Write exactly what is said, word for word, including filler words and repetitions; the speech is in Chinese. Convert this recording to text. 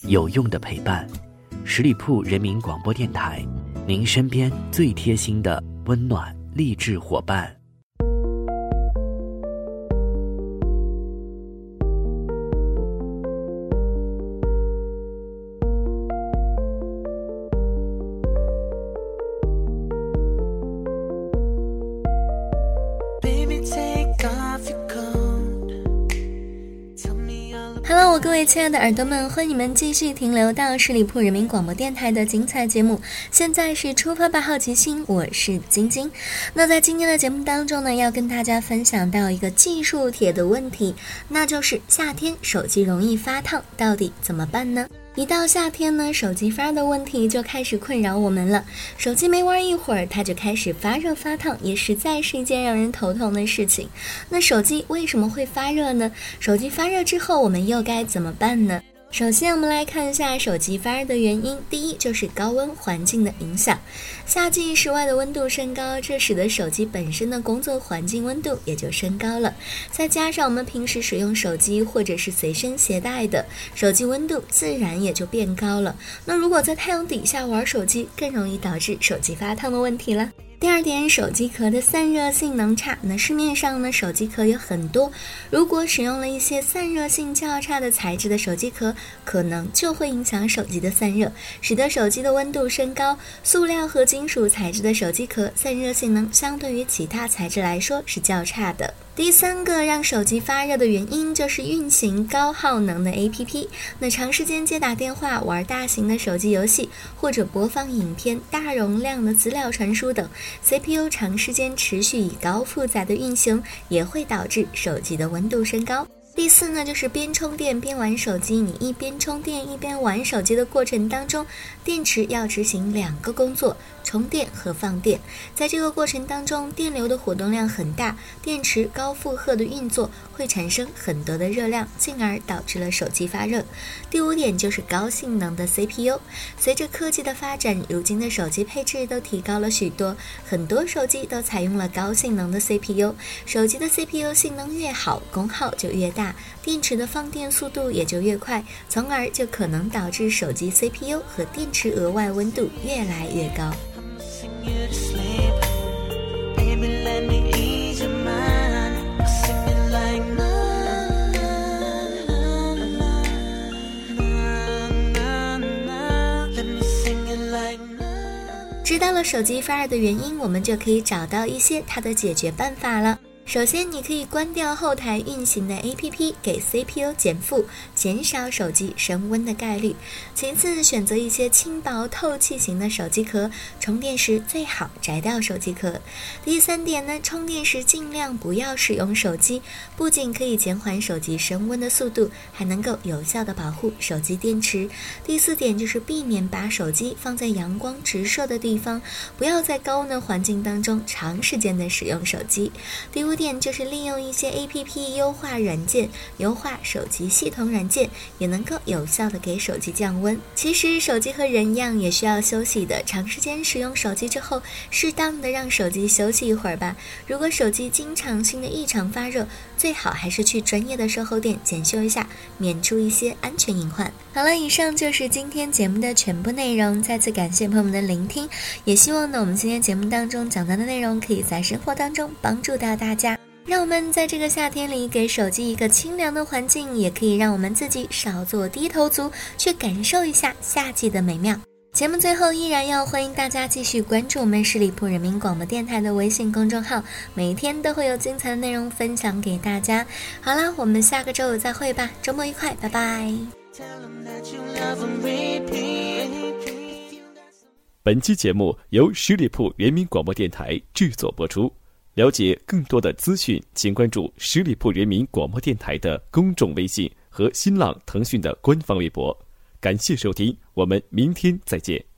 有用的陪伴。十里铺人民广播电台，您身边最贴心的温暖励志伙伴。 Hello， 各位亲爱的耳朵们，欢迎你们继续停留到十里铺人民广播电台的精彩节目。现在是出发吧好奇心，我是晶晶。那在今天的节目当中呢，要跟大家分享到一个技术帖的问题，那就是夏天手机容易发烫，到底怎么办呢？一到夏天呢，手机发热的问题就开始困扰我们了。手机没玩一会儿，它就开始发热发烫，也实在是一件让人头痛的事情。那手机为什么会发热呢？手机发热之后，我们又该怎么办呢？首先我们来看一下手机发热的原因。第一就是高温环境的影响。夏季室外的温度升高，这使得手机本身的工作环境温度也就升高了，再加上我们平时使用手机或者是随身携带的，手机温度自然也就变高了。那如果在太阳底下玩手机，更容易导致手机发烫的问题了。第二点，手机壳的散热性能差。那市面上呢，手机壳有很多，如果使用了一些散热性较差的材质的手机壳，可能就会影响手机的散热，使得手机的温度升高。塑料和金属材质的手机壳散热性能相对于其他材质来说是较差的。第三个让手机发热的原因就是运行高耗能的 A P P。 那长时间接打电话、玩大型的手机游戏或者播放影片、大容量的资料传输等， C P U 长时间持续以高负载的运行，也会导致手机的温度升高。第四呢，就是边充电边玩手机。你一边充电一边玩手机的过程当中，电池要执行两个工作，充电和放电。在这个过程当中，电流的活动量很大，电池高负荷的运作会产生很多的热量，进而导致了手机发热。第五点就是高性能的 C P U。 随着科技的发展，如今的手机配置都提高了许多，很多手机都采用了高性能的 C P U。 手机的 C P U 性能越好，功耗就越大，电池的放电速度也就越快，从而就可能导致手机 C P U 和电池额外温度越来越高。知道了手机发热的原因，我们就可以找到一些它的解决办法了。首先，你可以关掉后台运行的 A P P， 给 C P U 减负，减少手机升温的概率。其次，选择一些轻薄透气型的手机壳，充电时最好摘掉手机壳。第三点呢，充电时尽量不要使用手机，不仅可以减缓手机升温的速度，还能够有效的保护手机电池。第四点就是避免把手机放在阳光直射的地方，不要在高温的环境当中长时间的使用手机。第五点就是利用一些 A P P 优化软件，优化手机系统软件，也能够有效的给手机降温。其实手机和人一样也需要休息的，长时间使用手机之后，适当的让手机休息一会儿吧。如果手机经常性的异常发热，最好还是去专业的售后店检修一下，免除一些安全隐患。好了，以上就是今天节目的全部内容，再次感谢朋友们的聆听，也希望呢我们今天节目当中讲到的内容可以在生活当中帮助到大家。让我们在这个夏天里给手机一个清凉的环境，也可以让我们自己少做低头族，去感受一下夏季的美妙。节目最后依然要欢迎大家继续关注我们十里铺人民广播电台的微信公众号，每一天都会有精彩的内容分享给大家。好啦，我们下个周五再会吧，周末愉快，拜拜。 本期节目由十里铺人民广播电台制作播出。了解更多的资讯，请关注十里铺人民广播电台的公众微信和新浪、腾讯的官方微博。感谢收听，我们明天再见。